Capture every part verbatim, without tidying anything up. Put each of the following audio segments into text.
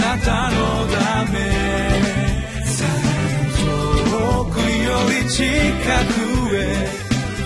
なたのため遠くより近くへ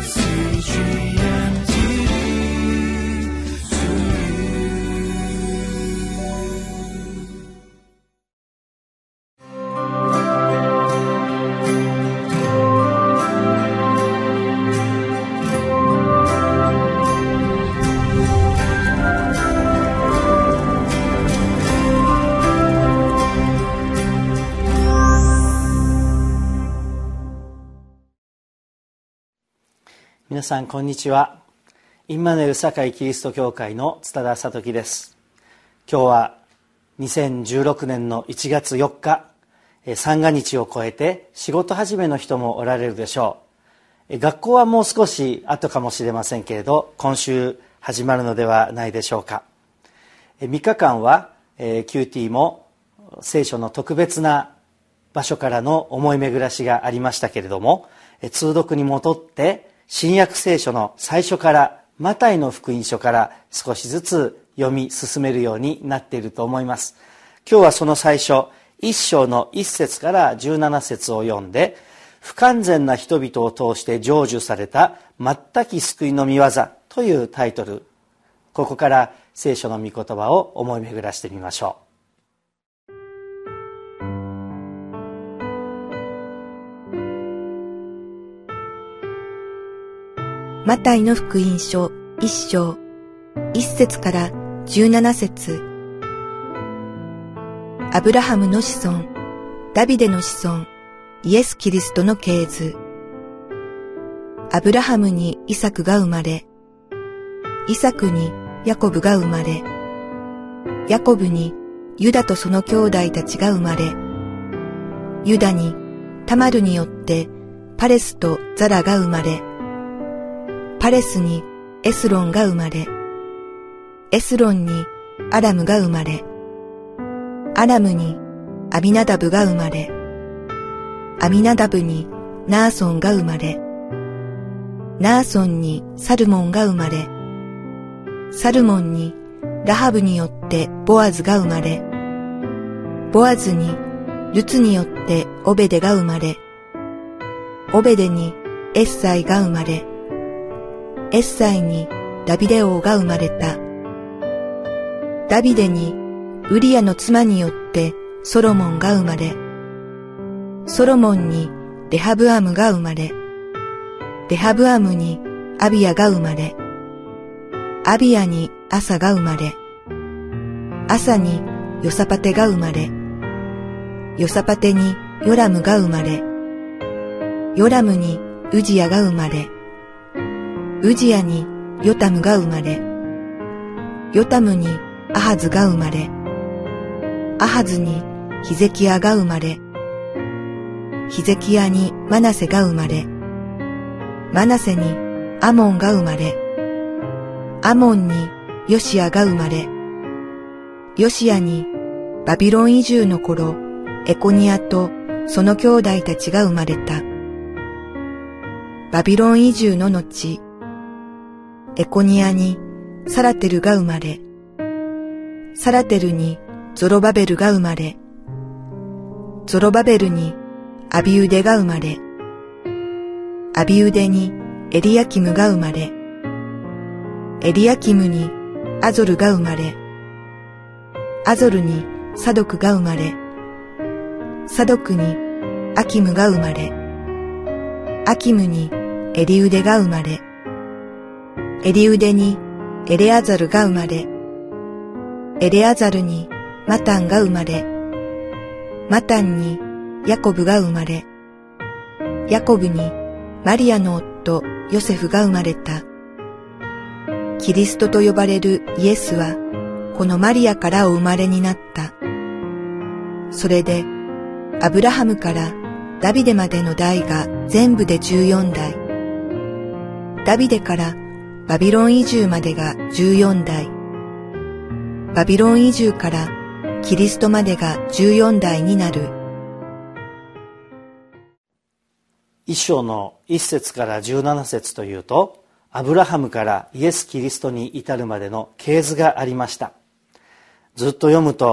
皆さんこんにちは。インマヌエル堺キリスト教会の津田聡樹です。今日はにせんじゅうろくねんのいちがつよっか、三が日を超えて仕事始めの人もおられるでしょう。学校はもう少し後かもしれませんけれど、今週始まるのではないでしょうか。みっかかんは キューティー も聖書の特別な場所からの思い巡らしがありましたけれども、通読に戻って新約聖書の最初からマタイの福音書から少しずつ読み進めるようになっていると思います。今日はその最初一章の一節から十七節を読んで、不完全な人々を通して成就された全き救いの御業というタイトル、ここから聖書の御言葉を思い巡らしてみましょう。 マタイの福音書一章一節から十七節。アブラハムの子孫、ダビデの子孫、イエス・キリストの系図。アブラハムにイサクが生まれ、イサクにヤコブが生まれ、ヤコブにユダとその兄弟たちが生まれ、ユダにタマルによってパレスとザラが生まれ、パレスにエスロンが生まれ、エスロンにアラムが生まれ、アラムにアミナダブが生まれ、アミナダブにナーソンが生まれ、ナーソンにサルモンが生まれ、サルモンにラハブによってボアズが生まれ、ボアズにルツによってオベデが生まれ、オベデにエッサイが生まれ、エッサイにダビデ王が生まれた。ダビデにウリアの妻によってソロモンが生まれ、ソロモンにレハブアムが生まれ、レハブアムにアビヤが生まれ、アビヤにアサが生まれ、アサにヨサパテが生まれ、ヨサパテにヨラムが生まれ、ヨラムにウジヤが生まれ、ウジヤにヨタムが生まれ、ヨタムにアハズが生まれ、アハズにヒゼキヤが生まれ、ヒゼキヤにマナセが生まれ、マナセにアモンが生まれ、アモンにヨシアが生まれ、ヨシアにバビロン移住の頃、エコニアとその兄弟たちが生まれた。バビロン移住の後、エコニアにサラテルが生まれ、サラテルにゾロバベルが生まれ、ゾロバベルにアビウデが生まれ、アビウデにエリヤキムが生まれ、エリヤキムにアゾルが生まれ、アゾルにサドクが生まれ、サドクにアキムが生まれ、アキムにエリウデが生まれ、エリウデにエレアザルが生まれ、エレアザルにマタンが生まれ、マタンにヤコブが生まれ、ヤコブにマリアの夫ヨセフが生まれた。キリストと呼ばれるイエスはこのマリアからお生まれになった。それでアブラハムからダビデまでの代が全部でじゅうよんだい、ダビデからバビロン移住までがじゅうよんだい、バビロン移住からキリストまでがじゅうよんだいになる。 一章の一節から十七節というと、アブラハムからイエス・キリストに至るまでの系図がありました。ずっと読むと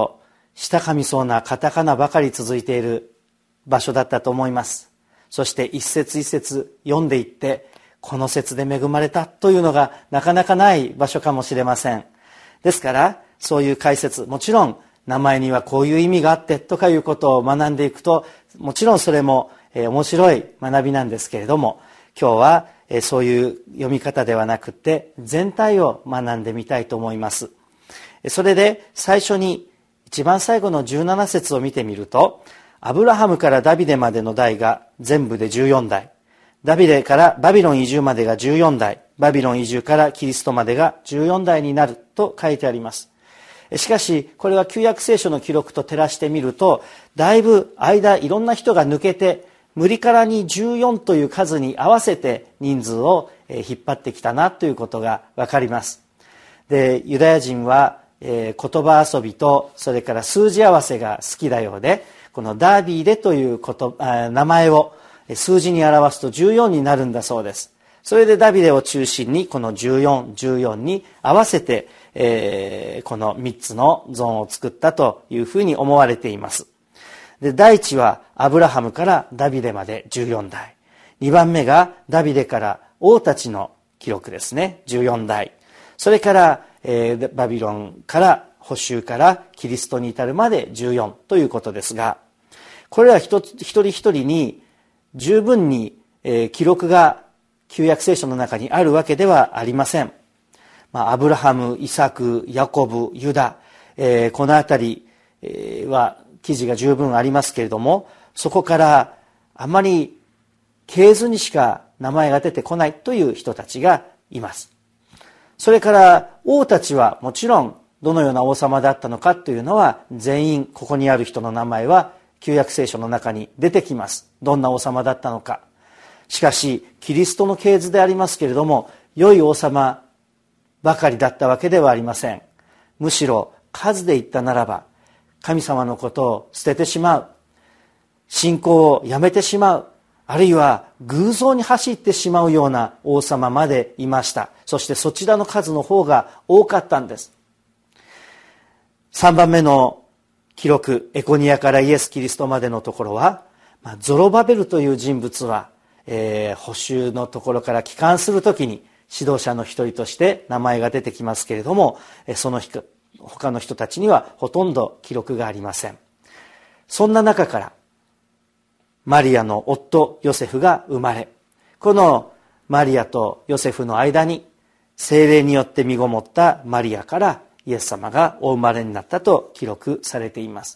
したかみそうなカタカナばかり続いている場所だったと思います。そして一節一節読んでいって、この節で恵まれたというのがなかなかない場所かもしれません。ですからそういう解説、もちろん名前にはこういう意味があってとかいうことを学んでいくと、もちろんそれも、えー、面白い学びなんですけれども、今日は、えー、そういう読み方ではなくて全体を学んでみたいと思います。それで最初に一番最後のじゅうなな節を見てみると、アブラハムからダビデまでの代が全部でじゅうよん代、ダビデからバビロン移住までがじゅうよん代、バビロン移住からキリストまでがじゅうよん代になると書いてあります。しかしこれは旧約聖書の記録と照らしてみると、だいぶ間いろんな人が抜けて、無理からにじゅうよんという数に合わせて人数を引っ張ってきたなということがわかります。で、ユダヤ人は、えー、言葉遊びとそれから数字合わせが好きだようで、このダービーデということあ名前を数字に表すとじゅうよんになるんだそうです。それでダビデを中心にこのじゅうよん、じゅうよんに合わせて、えー、このみっつのゾーンを作ったというふうに思われています。で、第一はアブラハムからダビデまでじゅうよん代、にばんめがダビデから王たちの記録ですね、じゅうよん代、それから、えー、バビロンから捕囚からキリストに至るまでじゅうよんということですが、これは一つ一人一人に十分に、えー、記録が旧約聖書の中にあるわけではありません。まあ、アブラハム、イサク、ヤコブ、ユダ、えー、このあたり、えー、は記事が十分ありますけれども、そこからあまり系図にしか名前が出てこないという人たちがいます。それから王たちはもちろんどのような王様だったのかというのは、全員ここにある人の名前は旧約聖書の中に出てきます。どんな王様だったのか。しかしキリストの系図でありますけれども、良い王様ばかりだったわけではありません。むしろ数で言ったならば、神様のことを捨ててしまう、信仰をやめてしまう、あるいは偶像に走ってしまうような王様までいました。そしてそちらの数の方が多かったんです。さんばんめの記録、エコニアからイエス・キリストまでのところは、まあ、ゾロバベルという人物は、えー、捕囚のところから帰還するときに指導者の一人として名前が出てきますけれども、その他の人たちにはほとんど記録がありません。そんな中からマリアの夫ヨセフが生まれ、このマリアとヨセフの間に聖霊によって身ごもったマリアからイエス様がお生まれになったと記録されています。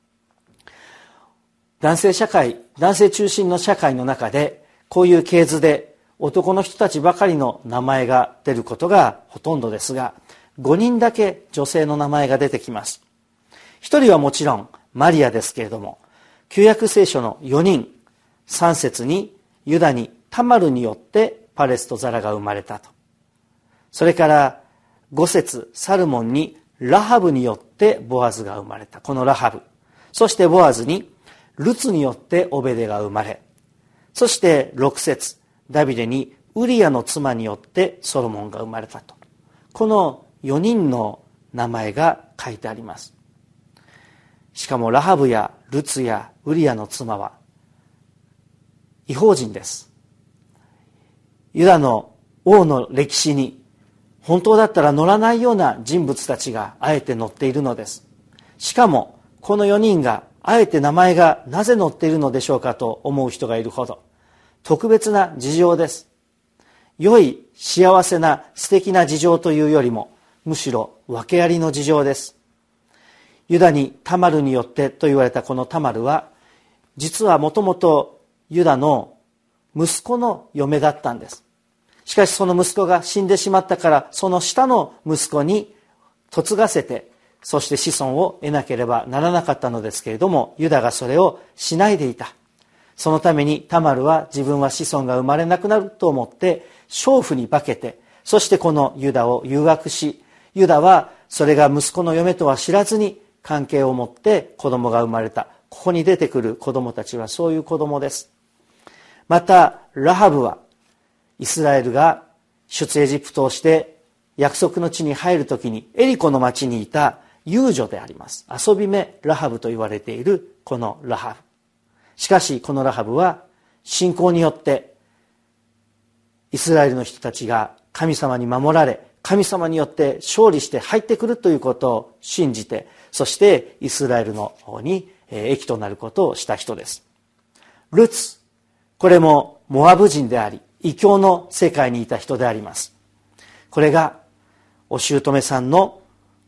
男性社会、男性中心の社会の中で、こういう系図で男の人たちばかりの名前が出ることがほとんどですが、ごにんだけ女性の名前が出てきます。ひとりはもちろんマリアですけれども、旧約聖書のよにん、さん節にユダにタマルによってパレスとザラが生まれたと。それからご節、サルモンにラハブによってボアズが生まれた。このラハブ。そしてボアズにルツによってオベデが生まれ、そしてろく節、ダビデにウリアの妻によってソロモンが生まれたと。このよにんの名前が書いてあります。しかもラハブやルツやウリアの妻は異邦人です。ユダの王の歴史に本当だったら載らないような人物たちがあえて載っているのです。しかもこのよにんがあえて名前がなぜ載っているのでしょうかと思う人がいるほど特別な事情です。良い幸せな素敵な事情というよりも、むしろ訳ありの事情です。ユダにタマルによってと言われたこのタマルは、実はもともとユダの息子の嫁だったんです。しかしその息子が死んでしまったから、その下の息子に嫁がせて、そして子孫を得なければならなかったのですけれども、ユダがそれをしないでいた。そのためにタマルは自分は子孫が生まれなくなると思って娼婦に化けて、そしてこのユダを誘惑し、ユダはそれが息子の嫁とは知らずに関係を持って子供が生まれた。ここに出てくる子供たちはそういう子供です。またラハブはイスラエルが出エジプトをして約束の地に入るときにエリコの町にいた遊女であります。遊び目ラハブと言われているこのラハブ。しかしこのラハブは信仰によってイスラエルの人たちが神様に守られ、神様によって勝利して入ってくるということを信じて、そしてイスラエルの方に益となることをした人です。ルツ、これもモアブ人であり、異教の世界にいた人であります。これがお姑さんの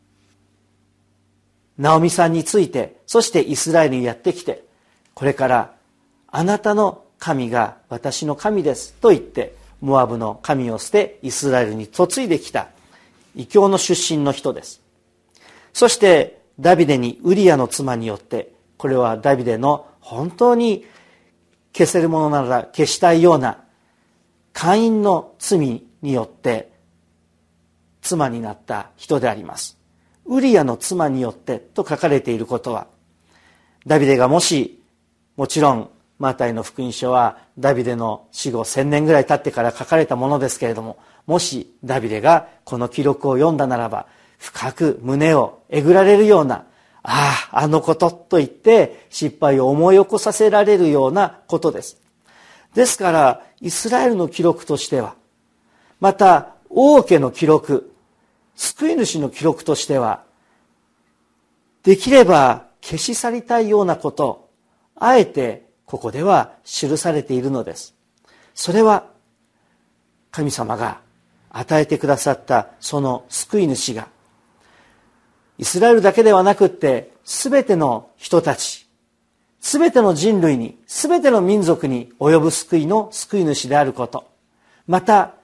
ナオミさんについて、そしてイスラエルにやってきて、これからあなたの神が私の神ですと言って、モアブの神を捨てイスラエルに嫁いできた異教の出身の人です。そしてダビデにウリアの妻によって、これはダビデの本当に消せるものなら消したいような姦淫の罪によって妻になった人であります。ウリアの妻によってと書かれていることは、ダビデがもし、もちろんマタイの福音書はダビデの死後千年ぐらい経ってから書かれたものですけれども、もしダビデがこの記録を読んだならば、深く胸をえぐられるような、ああ、あのことと言って失敗を思い起こさせられるようなことです。ですから、イスラエルの記録としては、また王家の記録、救い主の記録としては、できれば消し去りたいようなことを、あえてここでは記されているのです。それは、神様が与えてくださったその救い主が、イスラエルだけではなくって、すべての人たち、すべての人類に、すべての民族に及ぶ救いの救い主であること、また、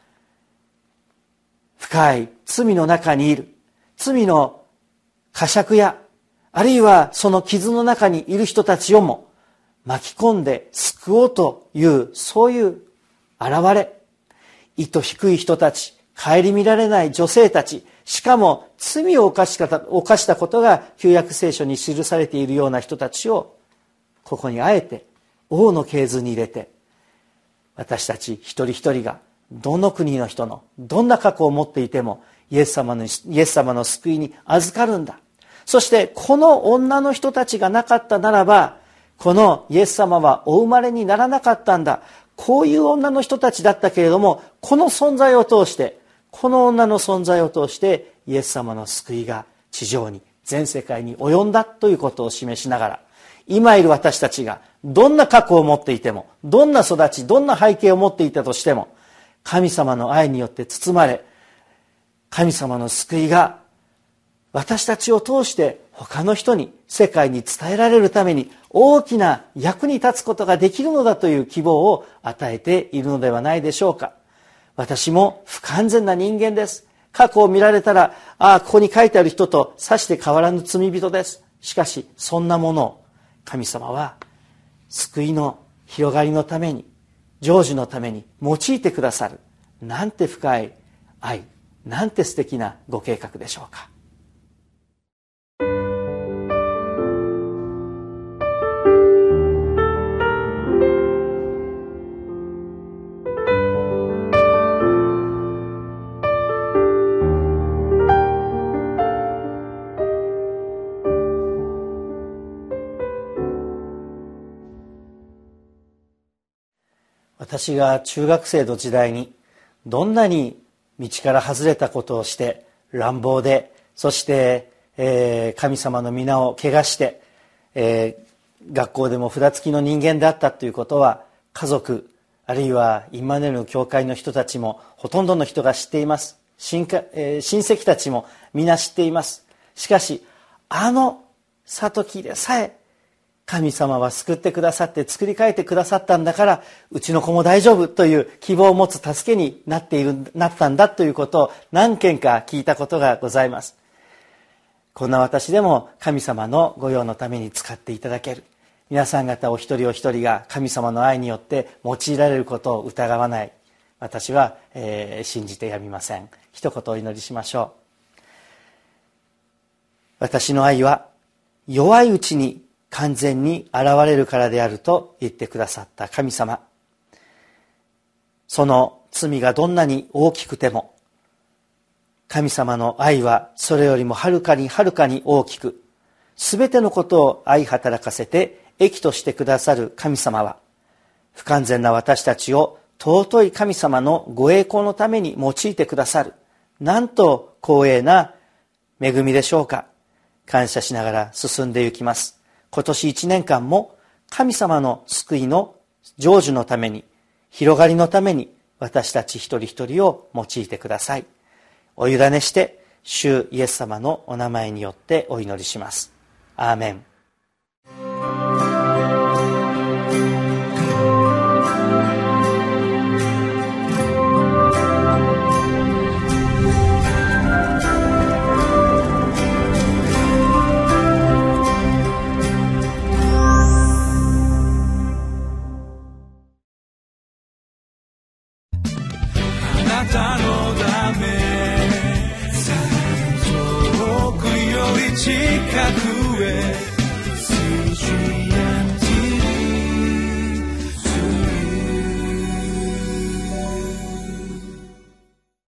深い罪の中にいる、罪の呵責や、あるいはその傷の中にいる人たちをも巻き込んで救おうという、そういう現れ、糸低い人たち、顧みられない女性たち、しかも罪を犯した、犯したことが旧約聖書に記されているような人たちを、ここにあえて王の系図に入れて、私たち一人一人がどの国の人のどんな過去を持っていてもイエス様の、イエス様の救いに預かるんだ。そしてこの女の人たちがなかったならば、このイエス様はお生まれにならなかったんだ。こういう女の人たちだったけれども、この存在を通して、この女の存在を通してイエス様の救いが地上に、全世界に及んだということを示しながら、今いる私たちがどんな過去を持っていても、どんな育ち、どんな背景を持っていたとしても、神様の愛によって包まれ、神様の救いが私たちを通して他の人に、世界に伝えられるために大きな役に立つことができるのだという希望を与えているのではないでしょうか。私も不完全な人間です。過去を見られたら、ああ、ここに書いてある人とさして変わらぬ罪人です。しかし、そんなものを神様は救いの広がりのために、成就のために用いてくださる。なんて深い愛、なんて素敵なご計画でしょうか。私が中学生の時代にどんなに道から外れたことをして乱暴で、そして、えー、神様の皆を汚して、えー、学校でも札付きの人間であったということは家族あるいはインマヌエルの教会の人たちもほとんどの人が知っています。 親,、えー、親戚たちも皆知っています。しかしあの里木でさえ神様は救ってくださって作り変えてくださったんだから、うちの子も大丈夫という希望を持つ助けになっている、なったんだということを何件か聞いたことがございます。こんな私でも神様の御用のために使っていただける。皆さん方お一人お一人が神様の愛によって用いられることを疑わない。私は、えー、信じてやみません。一言お祈りしましょう。私の愛は弱いうちに完全に現れるからであると言ってくださった神様、その罪がどんなに大きくても神様の愛はそれよりもはるかにはるかに大きく、すべてのことを愛働かせて益としてくださる神様は、不完全な私たちを尊い神様のご栄光のために用いてくださる。なんと光栄な恵みでしょうか。感謝しながら進んでいきます。今年一年間も神様の救いの成就のために、広がりのために私たち一人一人を用いてください。お委ねして主イエス様のお名前によってお祈りします。アーメン。